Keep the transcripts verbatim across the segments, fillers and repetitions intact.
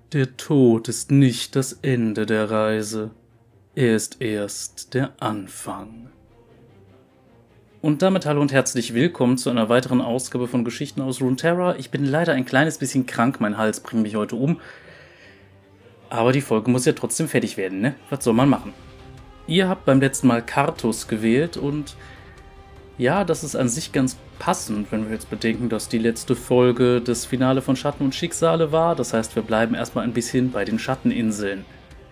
Der Tod ist nicht das Ende der Reise, er ist erst der Anfang. Und damit hallo und herzlich willkommen zu einer weiteren Ausgabe von Geschichten aus Runeterra. Ich bin leider ein kleines bisschen krank, mein Hals bringt mich heute um. Aber die Folge muss ja trotzdem fertig werden, ne? Was soll man machen? Ihr habt beim letzten Mal Karthus gewählt und ja, das ist an sich ganz passend, wenn wir jetzt bedenken, dass die letzte Folge das Finale von Schatten und Schicksale war. Das heißt, wir bleiben erstmal ein bisschen bei den Schatteninseln.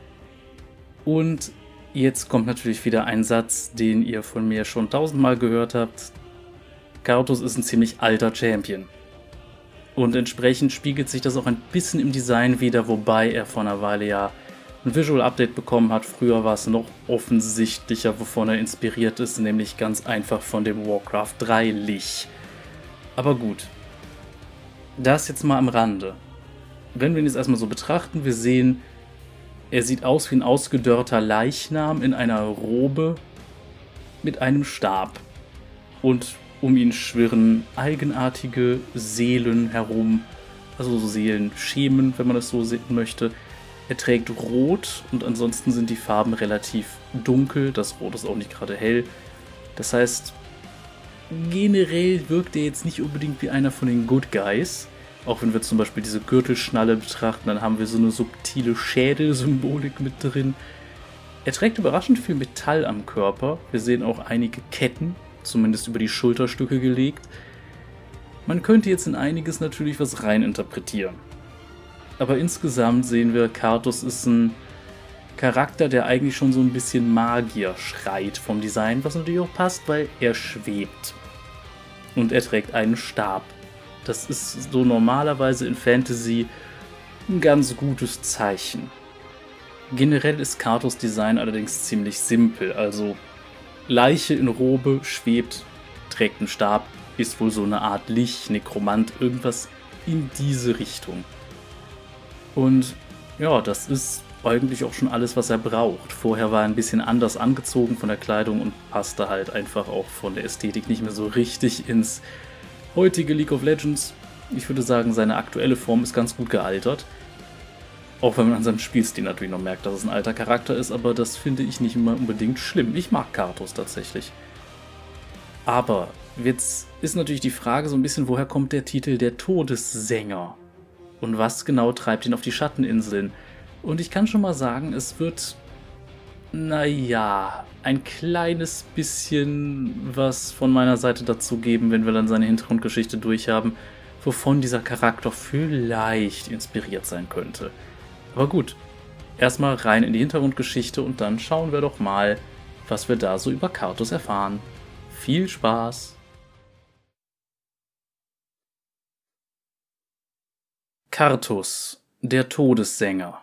Und jetzt kommt natürlich wieder ein Satz, den ihr von mir schon tausendmal gehört habt. Karthus ist ein ziemlich alter Champion. Und entsprechend spiegelt sich das auch ein bisschen im Design wider, wobei er vor einer Weile ja ein Visual Update bekommen hat. Früher war es noch offensichtlicher, wovon er inspiriert ist, nämlich ganz einfach von dem Warcraft drei Lich. Aber gut, das jetzt mal am Rande. Wenn wir ihn jetzt erstmal so betrachten, wir sehen, er sieht aus wie ein ausgedörrter Leichnam in einer Robe mit einem Stab. Und um ihn schwirren eigenartige Seelen herum, also so Seelenschemen, wenn man das so sehen möchte. Er trägt Rot und ansonsten sind die Farben relativ dunkel. Das Rot ist auch nicht gerade hell. Das heißt, generell wirkt er jetzt nicht unbedingt wie einer von den Good Guys. Auch wenn wir zum Beispiel diese Gürtelschnalle betrachten, dann haben wir so eine subtile Schädelsymbolik mit drin. Er trägt überraschend viel Metall am Körper. Wir sehen auch einige Ketten, zumindest über die Schulterstücke gelegt. Man könnte jetzt in einiges natürlich was reininterpretieren. Aber insgesamt sehen wir, Karthus ist ein Charakter, der eigentlich schon so ein bisschen Magier schreit vom Design, was natürlich auch passt, weil er schwebt. Und er trägt einen Stab. Das ist so normalerweise in Fantasy ein ganz gutes Zeichen. Generell ist Karthus' Design allerdings ziemlich simpel, also Leiche in Robe, schwebt, trägt einen Stab, ist wohl so eine Art Lich, Nekromant, irgendwas in diese Richtung. Und ja, das ist eigentlich auch schon alles, was er braucht. Vorher war er ein bisschen anders angezogen von der Kleidung und passte halt einfach auch von der Ästhetik nicht mehr so richtig ins heutige League of Legends. Ich würde sagen, seine aktuelle Form ist ganz gut gealtert. Auch wenn man an seinem Spielstil natürlich noch merkt, dass es ein alter Charakter ist, aber das finde ich nicht immer unbedingt schlimm. Ich mag Karthus tatsächlich. Aber jetzt ist natürlich die Frage so ein bisschen, woher kommt der Titel der Todessänger? Und was genau treibt ihn auf die Schatteninseln? Und ich kann schon mal sagen, es wird, naja, ein kleines bisschen was von meiner Seite dazu geben, wenn wir dann seine Hintergrundgeschichte durchhaben, wovon dieser Charakter vielleicht inspiriert sein könnte. Aber gut, erstmal rein in die Hintergrundgeschichte und dann schauen wir doch mal, was wir da so über Karthus erfahren. Viel Spaß! Karthus, der Todessänger.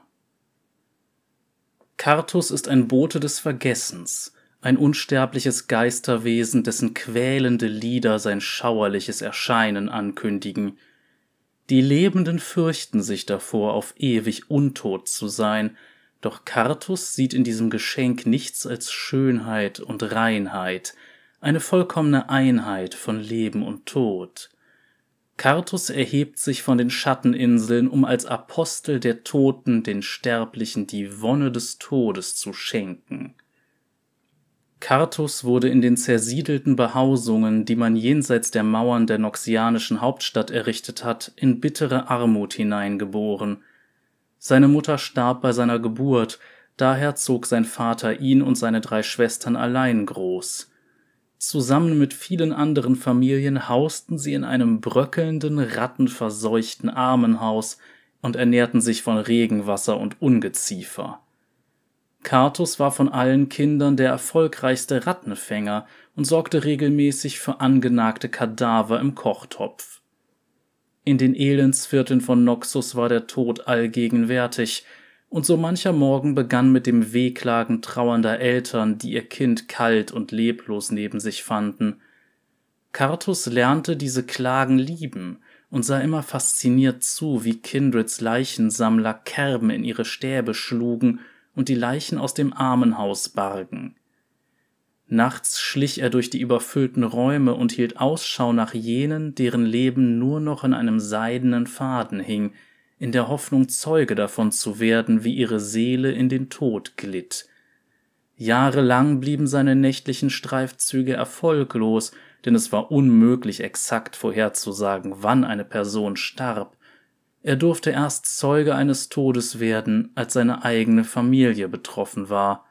Karthus ist ein Bote des Vergessens, ein unsterbliches Geisterwesen, dessen quälende Lieder sein schauerliches Erscheinen ankündigen. Die Lebenden fürchten sich davor, auf ewig untot zu sein, doch Karthus sieht in diesem Geschenk nichts als Schönheit und Reinheit, eine vollkommene Einheit von Leben und Tod. Karthus erhebt sich von den Schatteninseln, um als Apostel der Toten den Sterblichen die Wonne des Todes zu schenken. Karthus wurde in den zersiedelten Behausungen, die man jenseits der Mauern der noxianischen Hauptstadt errichtet hat, in bittere Armut hineingeboren. Seine Mutter starb bei seiner Geburt, daher zog sein Vater ihn und seine drei Schwestern allein groß. Zusammen mit vielen anderen Familien hausten sie in einem bröckelnden, rattenverseuchten Armenhaus und ernährten sich von Regenwasser und Ungeziefer. Karthus war von allen Kindern der erfolgreichste Rattenfänger und sorgte regelmäßig für angenagte Kadaver im Kochtopf. In den Elendsvierteln von Noxus war der Tod allgegenwärtig, und so mancher Morgen begann mit dem Wehklagen trauernder Eltern, die ihr Kind kalt und leblos neben sich fanden. Karthus lernte diese Klagen lieben und sah immer fasziniert zu, wie Kindreds Leichensammler Kerben in ihre Stäbe schlugen und die Leichen aus dem Armenhaus bargen. Nachts schlich er durch die überfüllten Räume und hielt Ausschau nach jenen, deren Leben nur noch an einem seidenen Faden hing, in der Hoffnung, Zeuge davon zu werden, wie ihre Seele in den Tod glitt. Jahrelang blieben seine nächtlichen Streifzüge erfolglos, denn es war unmöglich, exakt vorherzusagen, wann eine Person starb. Er durfte erst Zeuge eines Todes werden, als seine eigene Familie betroffen war.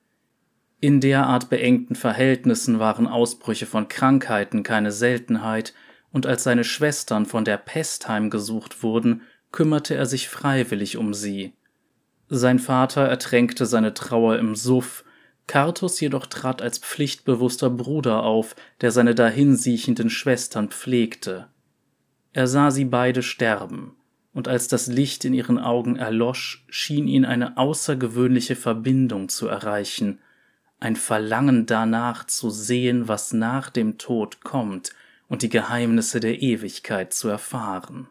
In derart beengten Verhältnissen waren Ausbrüche von Krankheiten keine Seltenheit, und als seine Schwestern von der Pest heimgesucht wurden, kümmerte er sich freiwillig um sie. Sein Vater ertränkte seine Trauer im Suff, Carthus jedoch trat als pflichtbewusster Bruder auf, der seine dahinsiechenden Schwestern pflegte. Er sah sie beide sterben, und als das Licht in ihren Augen erlosch, schien ihn eine außergewöhnliche Verbindung zu erreichen, ein Verlangen danach zu sehen, was nach dem Tod kommt, und die Geheimnisse der Ewigkeit zu erfahren.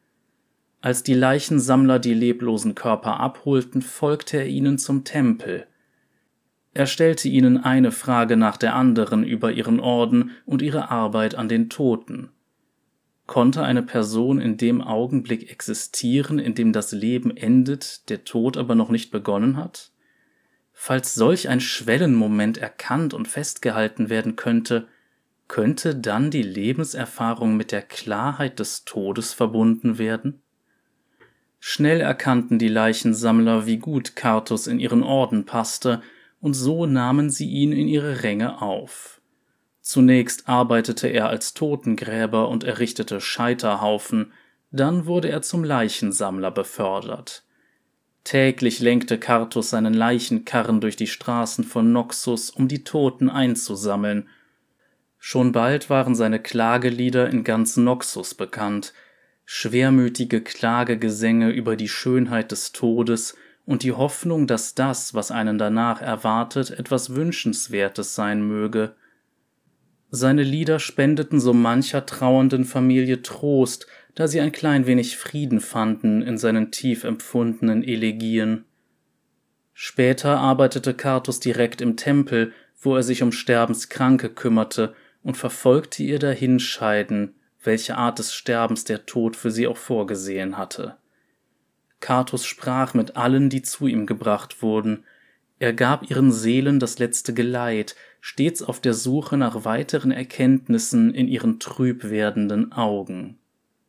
Als die Leichensammler die leblosen Körper abholten, folgte er ihnen zum Tempel. Er stellte ihnen eine Frage nach der anderen über ihren Orden und ihre Arbeit an den Toten. Konnte eine Person in dem Augenblick existieren, in dem das Leben endet, der Tod aber noch nicht begonnen hat? Falls solch ein Schwellenmoment erkannt und festgehalten werden könnte, könnte dann die Lebenserfahrung mit der Klarheit des Todes verbunden werden? Schnell erkannten die Leichensammler, wie gut Carthus in ihren Orden passte, und so nahmen sie ihn in ihre Ränge auf. Zunächst arbeitete er als Totengräber und errichtete Scheiterhaufen, dann wurde er zum Leichensammler befördert. Täglich lenkte Carthus seinen Leichenkarren durch die Straßen von Noxus, um die Toten einzusammeln. Schon bald waren seine Klagelieder in ganz Noxus bekannt, schwermütige Klagegesänge über die Schönheit des Todes und die Hoffnung, dass das, was einen danach erwartet, etwas Wünschenswertes sein möge. Seine Lieder spendeten so mancher trauernden Familie Trost, da sie ein klein wenig Frieden fanden in seinen tief empfundenen Elegien. Später arbeitete Carthus direkt im Tempel, wo er sich um Sterbenskranke kümmerte und verfolgte ihr Dahinscheiden, welche Art des Sterbens der Tod für sie auch vorgesehen hatte. Carthus sprach mit allen, die zu ihm gebracht wurden. Er gab ihren Seelen das letzte Geleit, stets auf der Suche nach weiteren Erkenntnissen in ihren trüb werdenden Augen.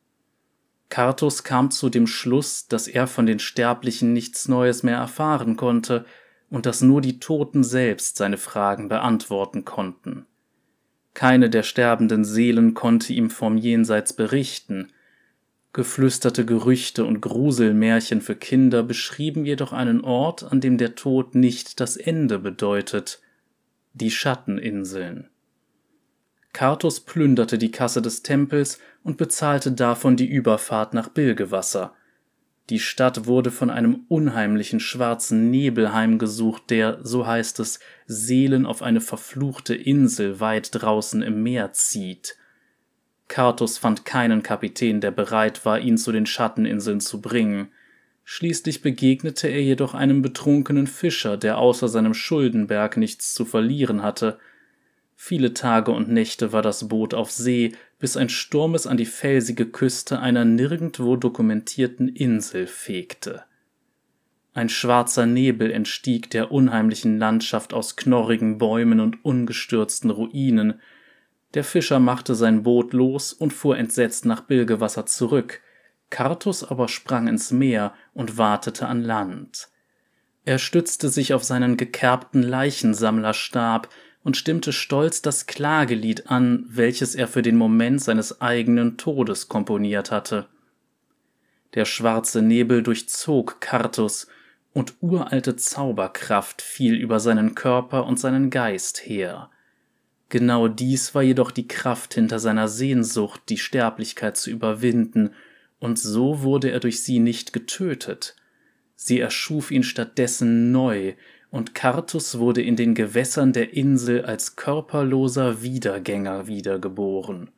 Carthus kam zu dem Schluss, dass er von den Sterblichen nichts Neues mehr erfahren konnte und dass nur die Toten selbst seine Fragen beantworten konnten. Keine der sterbenden Seelen konnte ihm vom Jenseits berichten. Geflüsterte Gerüchte und Gruselmärchen für Kinder beschrieben jedoch einen Ort, an dem der Tod nicht das Ende bedeutet: die Schatteninseln. Carthus plünderte die Kasse des Tempels und bezahlte davon die Überfahrt nach Bilgewasser. Die Stadt wurde von einem unheimlichen schwarzen Nebel heimgesucht, der, so heißt es, Seelen auf eine verfluchte Insel weit draußen im Meer zieht. Carthus fand keinen Kapitän, der bereit war, ihn zu den Schatteninseln zu bringen. Schließlich begegnete er jedoch einem betrunkenen Fischer, der außer seinem Schuldenberg nichts zu verlieren hatte. Viele Tage und Nächte war das Boot auf See, bis ein Sturm es an die felsige Küste einer nirgendwo dokumentierten Insel fegte. Ein schwarzer Nebel entstieg der unheimlichen Landschaft aus knorrigen Bäumen und ungestürzten Ruinen. Der Fischer machte sein Boot los und fuhr entsetzt nach Bilgewasser zurück. Carthus aber sprang ins Meer und watete an Land. Er stützte sich auf seinen gekerbten Leichensammlerstab und stimmte stolz das Klagelied an, welches er für den Moment seines eigenen Todes komponiert hatte. Der schwarze Nebel durchzog Carthus, und uralte Zauberkraft fiel über seinen Körper und seinen Geist her. Genau dies war jedoch die Kraft hinter seiner Sehnsucht, die Sterblichkeit zu überwinden, und so wurde er durch sie nicht getötet. Sie erschuf ihn stattdessen neu, und Carthus wurde in den Gewässern der Insel als körperloser Wiedergänger wiedergeboren.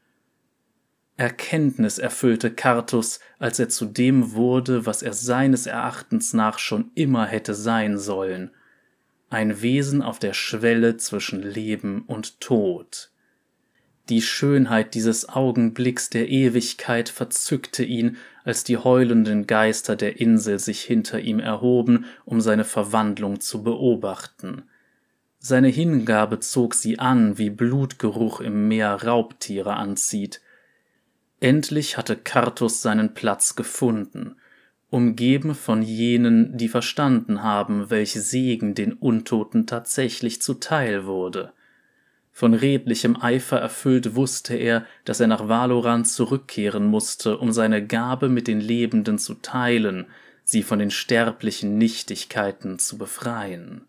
Erkenntnis erfüllte Carthus, als er zu dem wurde, was er seines Erachtens nach schon immer hätte sein sollen: ein Wesen auf der Schwelle zwischen Leben und Tod. Die Schönheit dieses Augenblicks der Ewigkeit verzückte ihn, als die heulenden Geister der Insel sich hinter ihm erhoben, um seine Verwandlung zu beobachten. Seine Hingabe zog sie an, wie Blutgeruch im Meer Raubtiere anzieht. Endlich hatte Karthus seinen Platz gefunden, umgeben von jenen, die verstanden haben, welch Segen den Untoten tatsächlich zuteil wurde. Von redlichem Eifer erfüllt wusste er, dass er nach Valoran zurückkehren musste, um seine Gabe mit den Lebenden zu teilen, sie von den sterblichen Nichtigkeiten zu befreien.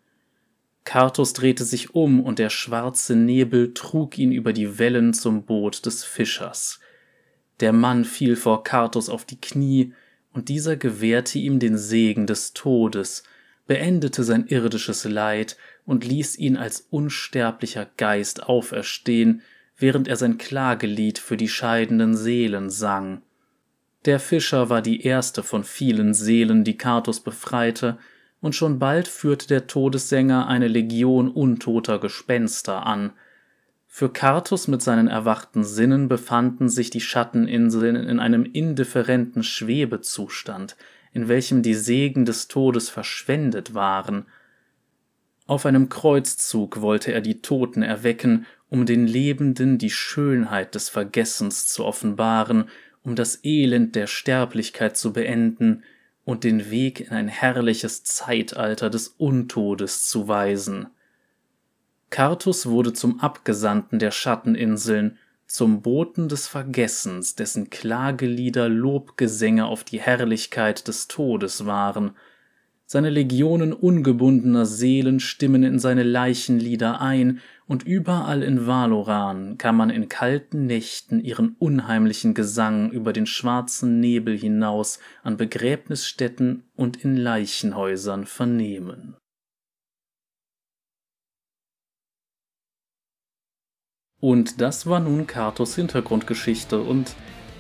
Karthus drehte sich um, und der schwarze Nebel trug ihn über die Wellen zum Boot des Fischers. Der Mann fiel vor Karthus auf die Knie, und dieser gewährte ihm den Segen des Todes, beendete sein irdisches Leid und ließ ihn als unsterblicher Geist auferstehen, während er sein Klagelied für die scheidenden Seelen sang. Der Fischer war die erste von vielen Seelen, die Karthus befreite, und schon bald führte der Todessänger eine Legion untoter Gespenster an. Für Karthus mit seinen erwachten Sinnen befanden sich die Schatteninseln in einem indifferenten Schwebezustand, in welchem die Segen des Todes verschwendet waren. Auf einem Kreuzzug wollte er die Toten erwecken, um den Lebenden die Schönheit des Vergessens zu offenbaren, um das Elend der Sterblichkeit zu beenden und den Weg in ein herrliches Zeitalter des Untodes zu weisen. Karthus wurde zum Abgesandten der Schatteninseln, zum Boten des Vergessens, dessen Klagelieder Lobgesänge auf die Herrlichkeit des Todes waren. Seine Legionen ungebundener Seelen stimmen in seine Leichenlieder ein, und überall in Valoran kann man in kalten Nächten ihren unheimlichen Gesang über den schwarzen Nebel hinaus an Begräbnisstätten und in Leichenhäusern vernehmen. Und das war nun Karthus' Hintergrundgeschichte, und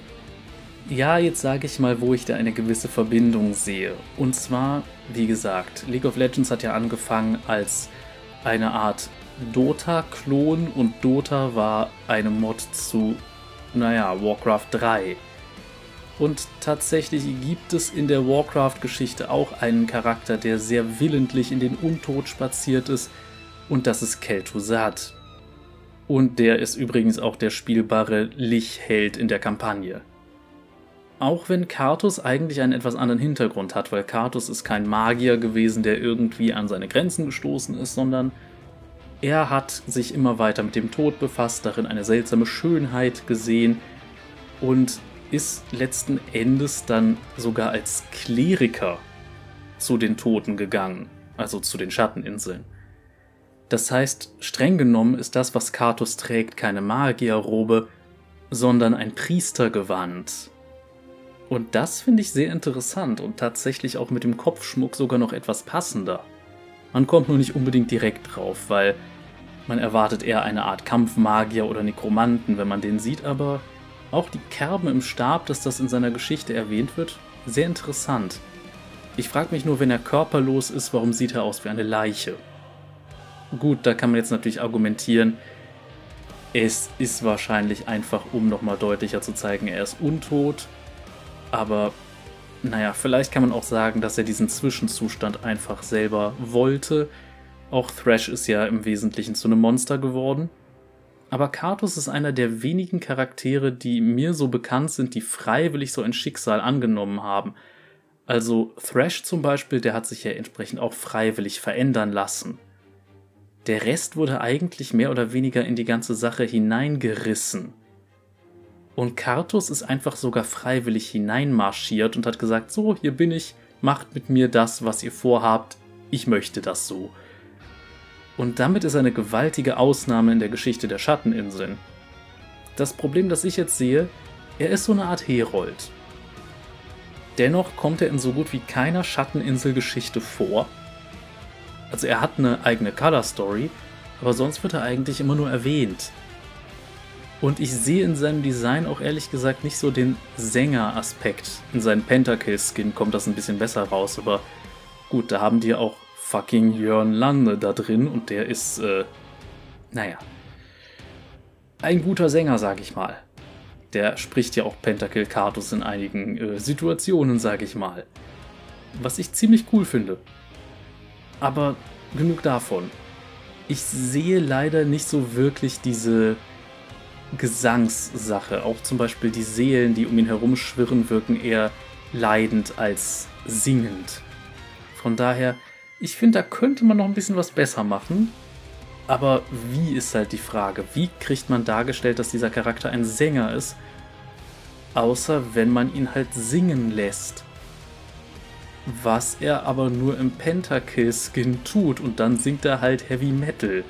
ja, jetzt sage ich mal, wo ich da eine gewisse Verbindung sehe. Und zwar, wie gesagt, League of Legends hat ja angefangen als eine Art Dota-Klon, und Dota war eine Mod zu, naja, Warcraft drei. Und tatsächlich gibt es in der Warcraft-Geschichte auch einen Charakter, der sehr willentlich in den Untod spaziert ist, und das ist Kel'Thuzad. Und der ist übrigens auch der spielbare Lich-Held in der Kampagne. Auch wenn Karthus eigentlich einen etwas anderen Hintergrund hat, weil Karthus ist kein Magier gewesen, der irgendwie an seine Grenzen gestoßen ist, sondern er hat sich immer weiter mit dem Tod befasst, darin eine seltsame Schönheit gesehen und ist letzten Endes dann sogar als Kleriker zu den Toten gegangen, also zu den Schatteninseln. Das heißt, streng genommen ist das, was Karthus trägt, keine Magierrobe, sondern ein Priestergewand. Und das finde ich sehr interessant und tatsächlich auch mit dem Kopfschmuck sogar noch etwas passender. Man kommt nur nicht unbedingt direkt drauf, weil man erwartet eher eine Art Kampfmagier oder Nekromanten, wenn man den sieht, aber auch die Kerben im Stab, dass das in seiner Geschichte erwähnt wird, sehr interessant. Ich frage mich nur, wenn er körperlos ist, warum sieht er aus wie eine Leiche? Gut, da kann man jetzt natürlich argumentieren, es ist wahrscheinlich einfach, um nochmal deutlicher zu zeigen, er ist untot. Aber, naja, vielleicht kann man auch sagen, dass er diesen Zwischenzustand einfach selber wollte. Auch Thresh ist ja im Wesentlichen zu einem Monster geworden. Aber Karthus ist einer der wenigen Charaktere, die mir so bekannt sind, die freiwillig so ein Schicksal angenommen haben. Also Thresh zum Beispiel, der hat sich ja entsprechend auch freiwillig verändern lassen. Der Rest wurde eigentlich mehr oder weniger in die ganze Sache hineingerissen. Und Karthus ist einfach sogar freiwillig hineinmarschiert und hat gesagt, so, hier bin ich, macht mit mir das, was ihr vorhabt, ich möchte das so. Und damit ist er eine gewaltige Ausnahme in der Geschichte der Schatteninseln. Das Problem, das ich jetzt sehe, er ist so eine Art Herold. Dennoch kommt er in so gut wie keiner Schatteninselgeschichte vor. Also er hat eine eigene Color Story, aber sonst wird er eigentlich immer nur erwähnt. Und ich sehe in seinem Design auch ehrlich gesagt nicht so den Sänger-Aspekt. In seinem Pentakill-Skin kommt das ein bisschen besser raus, aber gut, da haben die auch fucking Jörn Lande da drin und der ist, äh, naja. ein guter Sänger, sag ich mal. Der spricht ja auch Pentakill Cartus in einigen äh, Situationen, sag ich mal. Was ich ziemlich cool finde. Aber genug davon. Ich sehe leider nicht so wirklich diese Gesangssache. Auch zum Beispiel die Seelen, die um ihn herumschwirren, wirken eher leidend als singend. Von daher, ich finde, da könnte man noch ein bisschen was besser machen. Aber wie ist halt die Frage? Wie kriegt man dargestellt, dass dieser Charakter ein Sänger ist? Außer wenn man ihn halt singen lässt. Was er aber nur im Pentakill-Skin tut und dann singt er halt Heavy Metal.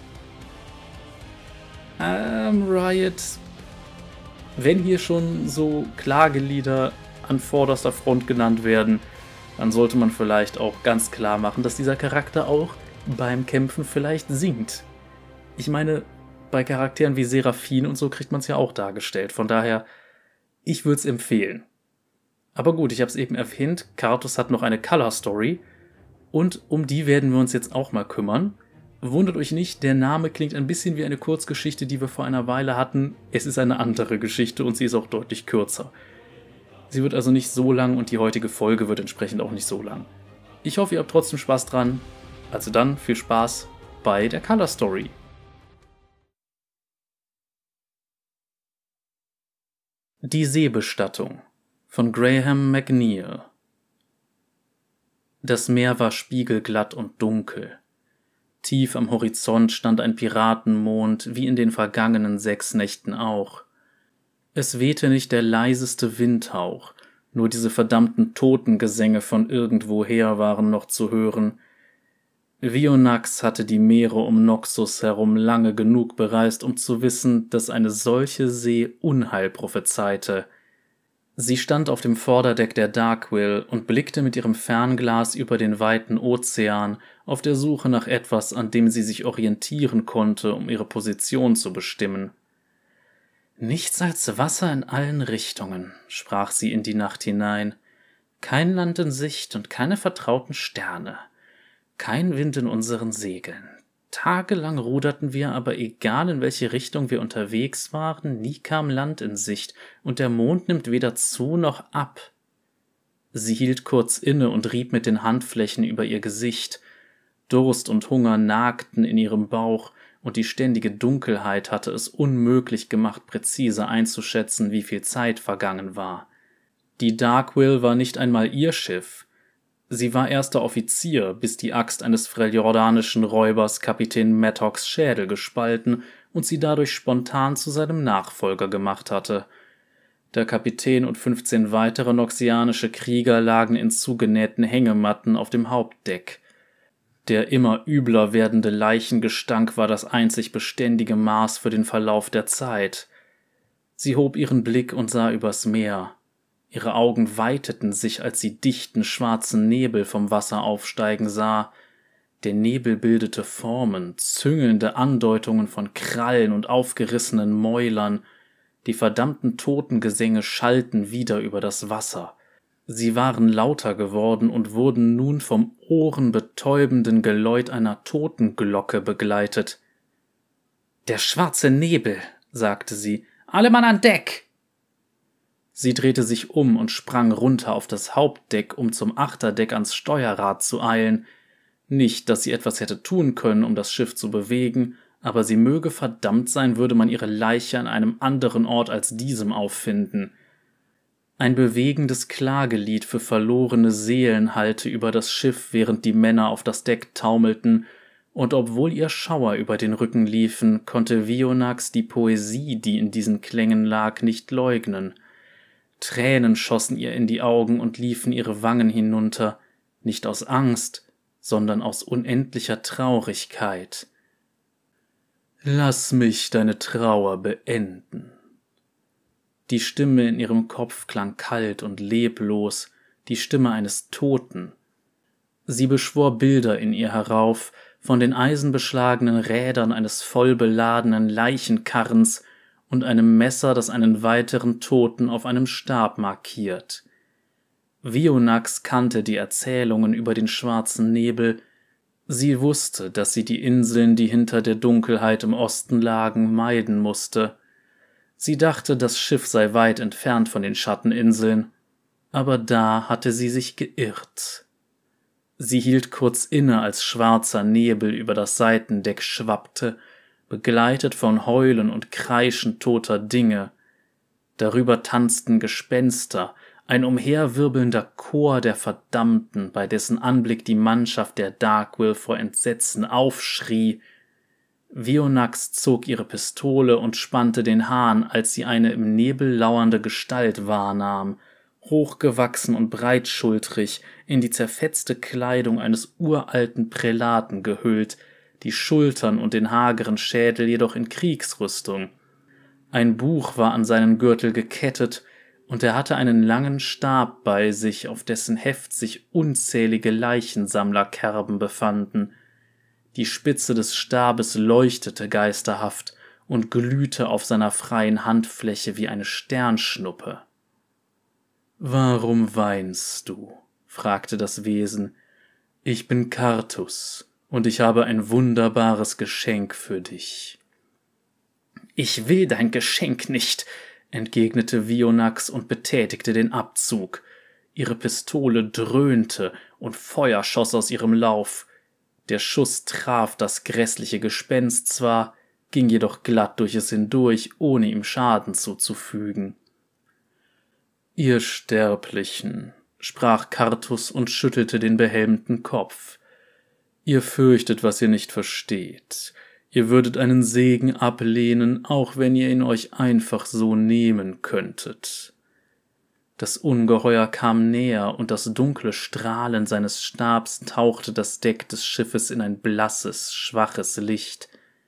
Ähm, Riot, wenn hier schon so Klagelieder an vorderster Front genannt werden, dann sollte man vielleicht auch ganz klar machen, dass dieser Charakter auch beim Kämpfen vielleicht singt. Ich meine, bei Charakteren wie Seraphine und so kriegt man es ja auch dargestellt, von daher, ich würde es empfehlen. Aber gut, ich habe es eben erwähnt, Cartus hat noch eine Color Story und um die werden wir uns jetzt auch mal kümmern. Wundert euch nicht, der Name klingt ein bisschen wie eine Kurzgeschichte, die wir vor einer Weile hatten. Es ist eine andere Geschichte und sie ist auch deutlich kürzer. Sie wird also nicht so lang und die heutige Folge wird entsprechend auch nicht so lang. Ich hoffe, ihr habt trotzdem Spaß dran. Also dann viel Spaß bei der Color Story. Die Seebestattung von Graham McNeill. Das Meer war spiegelglatt und dunkel. Tief am Horizont stand ein Piratenmond, wie in den vergangenen sechs Nächten auch. Es wehte nicht der leiseste Windhauch, nur diese verdammten Totengesänge von irgendwoher waren noch zu hören. Vionax hatte die Meere um Noxus herum lange genug bereist, um zu wissen, dass eine solche See Unheil prophezeite. Sie stand auf dem Vorderdeck der Darkwill und blickte mit ihrem Fernglas über den weiten Ozean auf der Suche nach etwas, an dem sie sich orientieren konnte, um ihre Position zu bestimmen. »Nichts als Wasser in allen Richtungen«, sprach sie in die Nacht hinein. »Kein Land in Sicht und keine vertrauten Sterne. Kein Wind in unseren Segeln. Tagelang ruderten wir, aber egal in welche Richtung wir unterwegs waren, nie kam Land in Sicht, und der Mond nimmt weder zu noch ab.« Sie hielt kurz inne und rieb mit den Handflächen über ihr Gesicht. Durst und Hunger nagten in ihrem Bauch, und die ständige Dunkelheit hatte es unmöglich gemacht, präzise einzuschätzen, wie viel Zeit vergangen war. Die Darkwill war nicht einmal ihr Schiff. Sie war erster Offizier, bis die Axt eines freljordanischen Räubers Kapitän Mattox Schädel gespalten und sie dadurch spontan zu seinem Nachfolger gemacht hatte. Der Kapitän und fünfzehn weitere noxianische Krieger lagen in zugenähten Hängematten auf dem Hauptdeck. Der immer übler werdende Leichengestank war das einzig beständige Maß für den Verlauf der Zeit. Sie hob ihren Blick und sah übers Meer. Ihre Augen weiteten sich, als sie dichten, schwarzen Nebel vom Wasser aufsteigen sah. Der Nebel bildete Formen, züngelnde Andeutungen von Krallen und aufgerissenen Mäulern. Die verdammten Totengesänge schallten wieder über das Wasser. Sie waren lauter geworden und wurden nun vom ohrenbetäubenden Geläut einer Totenglocke begleitet. »Der schwarze Nebel«, sagte sie, »alle Mann an Deck!« Sie drehte sich um und sprang runter auf das Hauptdeck, um zum Achterdeck ans Steuerrad zu eilen. Nicht, dass sie etwas hätte tun können, um das Schiff zu bewegen, aber sie möge verdammt sein, würde man ihre Leiche an einem anderen Ort als diesem auffinden. Ein bewegendes Klagelied für verlorene Seelen hallte über das Schiff, während die Männer auf das Deck taumelten, und obwohl ihr Schauer über den Rücken liefen, konnte Vionax die Poesie, die in diesen Klängen lag, nicht leugnen. Tränen schossen ihr in die Augen und liefen ihre Wangen hinunter, nicht aus Angst, sondern aus unendlicher Traurigkeit. »Lass mich deine Trauer beenden.« Die Stimme in ihrem Kopf klang kalt und leblos, die Stimme eines Toten. Sie beschwor Bilder in ihr herauf, von den eisenbeschlagenen Rädern eines vollbeladenen Leichenkarrens und einem Messer, das einen weiteren Toten auf einem Stab markiert. Vionax kannte die Erzählungen über den schwarzen Nebel. Sie wusste, dass sie die Inseln, die hinter der Dunkelheit im Osten lagen, meiden musste. Sie dachte, das Schiff sei weit entfernt von den Schatteninseln, aber da hatte sie sich geirrt. Sie hielt kurz inne, als schwarzer Nebel über das Seitendeck schwappte, begleitet von Heulen und Kreischen toter Dinge. Darüber tanzten Gespenster, ein umherwirbelnder Chor der Verdammten, bei dessen Anblick die Mannschaft der Darkwill vor Entsetzen aufschrie. Vionax zog ihre Pistole und spannte den Hahn, als sie eine im Nebel lauernde Gestalt wahrnahm, hochgewachsen und breitschultrig, in die zerfetzte Kleidung eines uralten Prälaten gehüllt, die Schultern und den hageren Schädel jedoch in Kriegsrüstung. Ein Buch war an seinen Gürtel gekettet, und er hatte einen langen Stab bei sich, auf dessen Heft sich unzählige Leichensammlerkerben befanden. Die Spitze des Stabes leuchtete geisterhaft und glühte auf seiner freien Handfläche wie eine Sternschnuppe. »Warum weinst du?« fragte das Wesen. »Ich bin Karthus, und ich habe ein wunderbares Geschenk für dich.« »Ich will dein Geschenk nicht«, entgegnete Vionax und betätigte den Abzug. Ihre Pistole dröhnte und Feuer schoss aus ihrem Lauf. Der Schuss traf das grässliche Gespenst zwar, ging jedoch glatt durch es hindurch, ohne ihm Schaden zuzufügen. »Ihr Sterblichen«, sprach Karthus und schüttelte den behelmten Kopf, »ihr fürchtet, was ihr nicht versteht. Ihr würdet einen Segen ablehnen, auch wenn ihr ihn euch einfach so nehmen könntet.« Das Ungeheuer kam näher, und das dunkle Strahlen seines Stabs tauchte das Deck des Schiffes in ein blasses, schwaches Licht.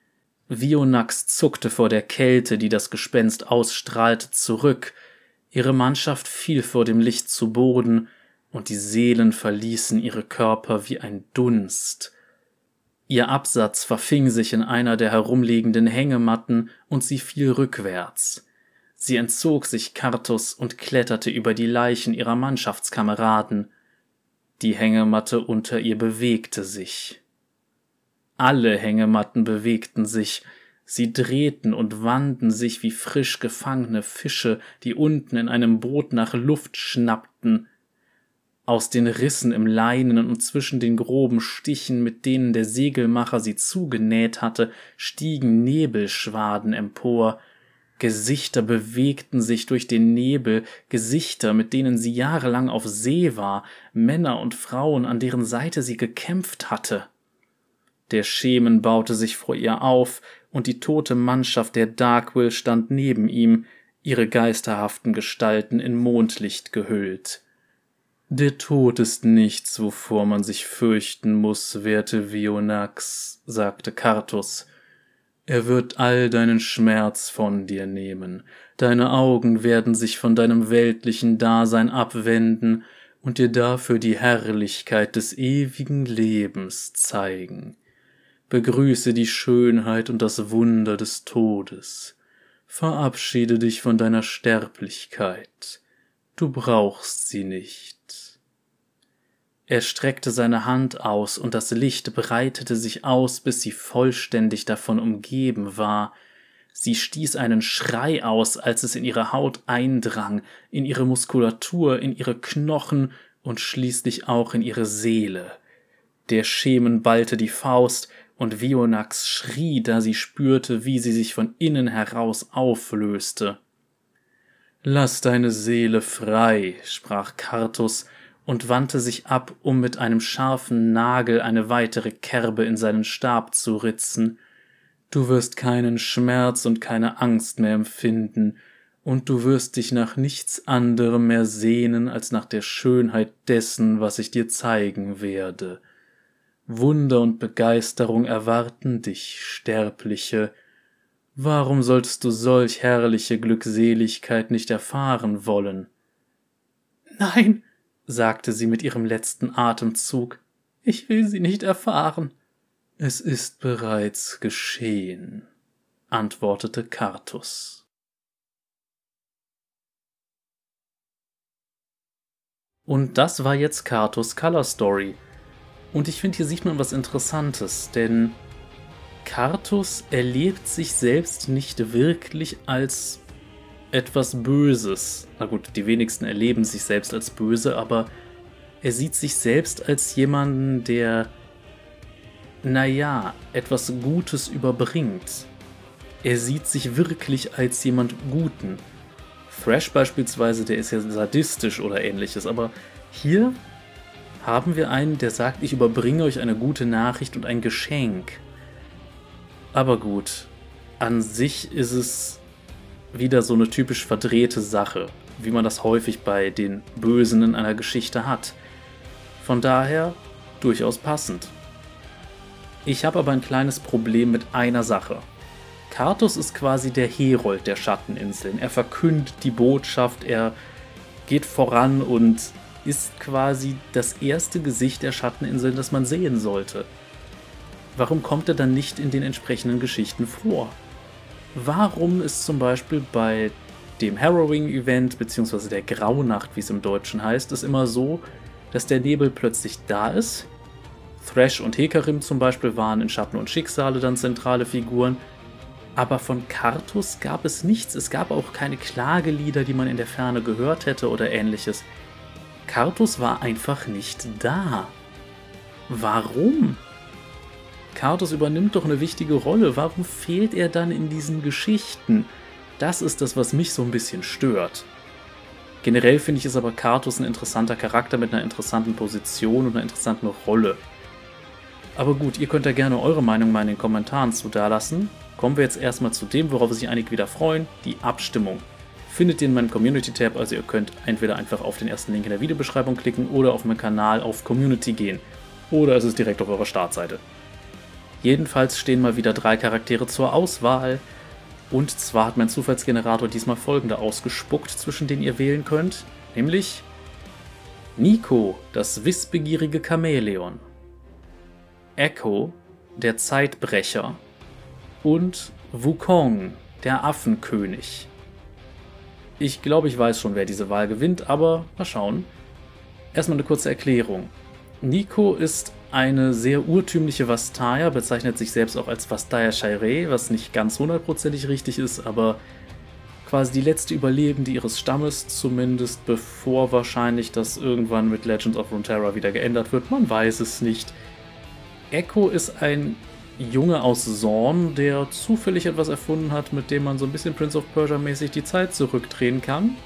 Vionax zuckte vor der Kälte, die das Gespenst ausstrahlte, zurück. Ihre Mannschaft fiel vor dem Licht zu Boden, und die Seelen verließen ihre Körper wie ein Dunst. Ihr Absatz verfing sich in einer der herumliegenden Hängematten, und sie fiel rückwärts. Sie entzog sich Karthus und kletterte über die Leichen ihrer Mannschaftskameraden. Die Hängematte unter ihr bewegte sich. Alle Hängematten bewegten sich, sie drehten und wanden sich wie frisch gefangene Fische, die unten in einem Boot nach Luft schnappten. Aus den Rissen im Leinen und zwischen den groben Stichen, mit denen der Segelmacher sie zugenäht hatte, stiegen Nebelschwaden empor. Gesichter bewegten sich durch den Nebel, Gesichter, mit denen sie jahrelang auf See war, Männer und Frauen, an deren Seite sie gekämpft hatte. Der Schemen baute sich vor ihr auf, und die tote Mannschaft der Darkwill stand neben ihm, ihre geisterhaften Gestalten in Mondlicht gehüllt. »Der Tod ist nichts, wovor man sich fürchten muß, werte Vionax«, sagte Karthus. »Er wird all deinen Schmerz von dir nehmen, deine Augen werden sich von deinem weltlichen Dasein abwenden und dir dafür die Herrlichkeit des ewigen Lebens zeigen. Begrüße die Schönheit und das Wunder des Todes. Verabschiede dich von deiner Sterblichkeit. Du brauchst sie nicht.« Er streckte seine Hand aus, und das Licht breitete sich aus, bis sie vollständig davon umgeben war. Sie stieß einen Schrei aus, als es in ihre Haut eindrang, in ihre Muskulatur, in ihre Knochen und schließlich auch in ihre Seele. Der Schemen ballte die Faust, und Vionax schrie, da sie spürte, wie sie sich von innen heraus auflöste. »Lass deine Seele frei«, sprach Karthus und wandte sich ab, um mit einem scharfen Nagel eine weitere Kerbe in seinen Stab zu ritzen. »Du wirst keinen Schmerz und keine Angst mehr empfinden, und du wirst dich nach nichts anderem mehr sehnen als nach der Schönheit dessen, was ich dir zeigen werde. Wunder und Begeisterung erwarten dich, Sterbliche. Warum solltest du solch herrliche Glückseligkeit nicht erfahren wollen?« »Nein«, sagte sie mit ihrem letzten Atemzug, »ich will sie nicht erfahren.« »Es ist bereits geschehen«, antwortete Karthus. Und das war jetzt Karthus' Color Story. Und ich finde, hier sieht man was Interessantes, denn Carthus erlebt sich selbst nicht wirklich als etwas Böses. Na gut, die wenigsten erleben sich selbst als böse, aber er sieht sich selbst als jemanden, der, naja, etwas Gutes überbringt. Er sieht sich wirklich als jemand Guten. Thrash beispielsweise, der ist ja sadistisch oder ähnliches, aber hier haben wir einen, der sagt, ich überbringe euch eine gute Nachricht und ein Geschenk. Aber gut, an sich ist es wieder so eine typisch verdrehte Sache, wie man das häufig bei den Bösen in einer Geschichte hat. Von daher durchaus passend. Ich habe aber ein kleines Problem mit einer Sache. Carthus ist quasi der Herold der Schatteninseln. Er verkündet die Botschaft, er geht voran und ist quasi das erste Gesicht der Schatteninseln, das man sehen sollte. Warum kommt er dann nicht in den entsprechenden Geschichten vor? Warum ist zum Beispiel bei dem Harrowing-Event, beziehungsweise der Graunacht, wie es im Deutschen heißt, es immer so, dass der Nebel plötzlich da ist? Thrash und Hekarim zum Beispiel waren in Schatten und Schicksale dann zentrale Figuren, aber von Carthus gab es nichts, es gab auch keine Klagelieder, die man in der Ferne gehört hätte oder ähnliches. Carthus war einfach nicht da. Warum? Carthus übernimmt doch eine wichtige Rolle, warum fehlt er dann in diesen Geschichten? Das ist das, was mich so ein bisschen stört. Generell finde ich es aber Carthus ein interessanter Charakter mit einer interessanten Position und einer interessanten Rolle. Aber gut, ihr könnt da gerne eure Meinung mal in den Kommentaren zu dalassen. Kommen wir jetzt erstmal zu dem, worauf sich einige wieder freuen, die Abstimmung. Findet ihr in meinem Community-Tab, also ihr könnt entweder einfach auf den ersten Link in der Videobeschreibung klicken oder auf meinen Kanal auf Community gehen. Oder es ist direkt auf eurer Startseite. Jedenfalls stehen mal wieder drei Charaktere zur Auswahl. Und zwar hat mein Zufallsgenerator diesmal folgende ausgespuckt, zwischen denen ihr wählen könnt. Nämlich Nico, das wissbegierige Chamäleon. Echo, der Zeitbrecher. Und Wukong, der Affenkönig. Ich glaube, ich weiß schon, wer diese Wahl gewinnt, aber mal schauen. Erstmal eine kurze Erklärung. Nico ist eine sehr urtümliche Vastaya, bezeichnet sich selbst auch als Vastaya Shirei, was nicht ganz hundertprozentig richtig ist, aber quasi die letzte Überlebende ihres Stammes, zumindest bevor wahrscheinlich das irgendwann mit Legends of Runeterra wieder geändert wird, man weiß es nicht. Echo ist ein Junge aus Zorn, der zufällig etwas erfunden hat, mit dem man so ein bisschen Prince of Persia mäßig die Zeit zurückdrehen kann.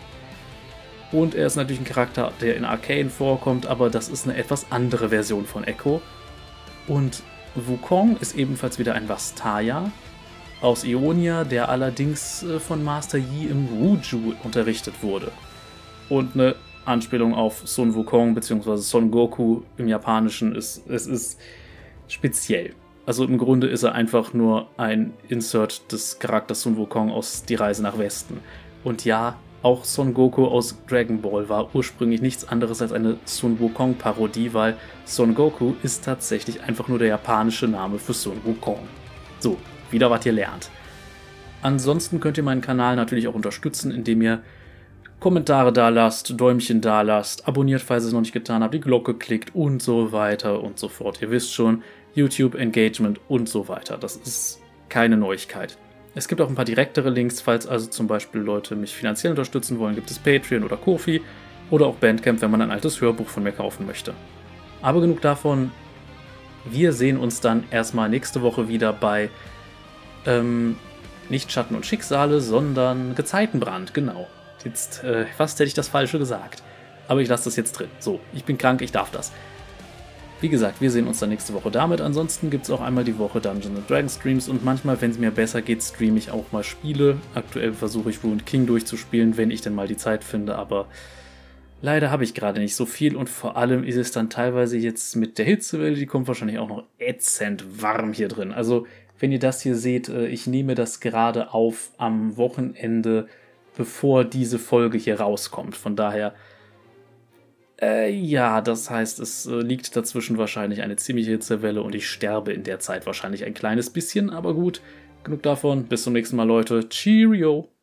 Und er ist natürlich ein Charakter, der in Arcane vorkommt, aber das ist eine etwas andere Version von Echo. Und Wukong ist ebenfalls wieder ein Vastaya aus Ionia, der allerdings von Master Yi im Wuju unterrichtet wurde. Und eine Anspielung auf Son Wukong bzw. Son Goku im Japanischen ist, es ist speziell. Also im Grunde ist er einfach nur ein Insert des Charakters Sun Wukong aus Die Reise nach Westen. Und ja, auch Son Goku aus Dragon Ball war ursprünglich nichts anderes als eine Sun Wukong-Parodie, weil Son Goku ist tatsächlich einfach nur der japanische Name für Sun Wukong. So, wieder was ihr lernt. Ansonsten könnt ihr meinen Kanal natürlich auch unterstützen, indem ihr Kommentare da lasst, Däumchen da lasst, abonniert, falls ihr es noch nicht getan habt, die Glocke klickt und so weiter und so fort. Ihr wisst schon, YouTube, Engagement und so weiter. Das ist keine Neuigkeit. Es gibt auch ein paar direktere Links, falls also zum Beispiel Leute mich finanziell unterstützen wollen, gibt es Patreon oder Ko-fi oder auch Bandcamp, wenn man ein altes Hörbuch von mir kaufen möchte. Aber genug davon. Wir sehen uns dann erstmal nächste Woche wieder bei ähm, nicht Schatten und Schicksale, sondern Gezeitenbrand, genau. Jetzt, äh, fast hätte ich das Falsche gesagt. Aber ich lasse das jetzt drin. So, ich bin krank, ich darf das. Wie gesagt, wir sehen uns dann nächste Woche damit. Ansonsten gibt es auch einmal die Woche Dungeons and Dragons Streams und manchmal, wenn es mir besser geht, streame ich auch mal Spiele. Aktuell versuche ich Ruined King durchzuspielen, wenn ich denn mal die Zeit finde, aber leider habe ich gerade nicht so viel und vor allem ist es dann teilweise jetzt mit der Hitzewelle, die kommt wahrscheinlich auch noch ätzend warm hier drin. Also, wenn ihr das hier seht, ich nehme das gerade auf am Wochenende, bevor diese Folge hier rauskommt. Von daher Äh, ja, das heißt, es äh, liegt dazwischen wahrscheinlich eine ziemliche Hitzewelle und ich sterbe in der Zeit wahrscheinlich ein kleines bisschen, aber gut, genug davon. Bis zum nächsten Mal, Leute. Cheerio!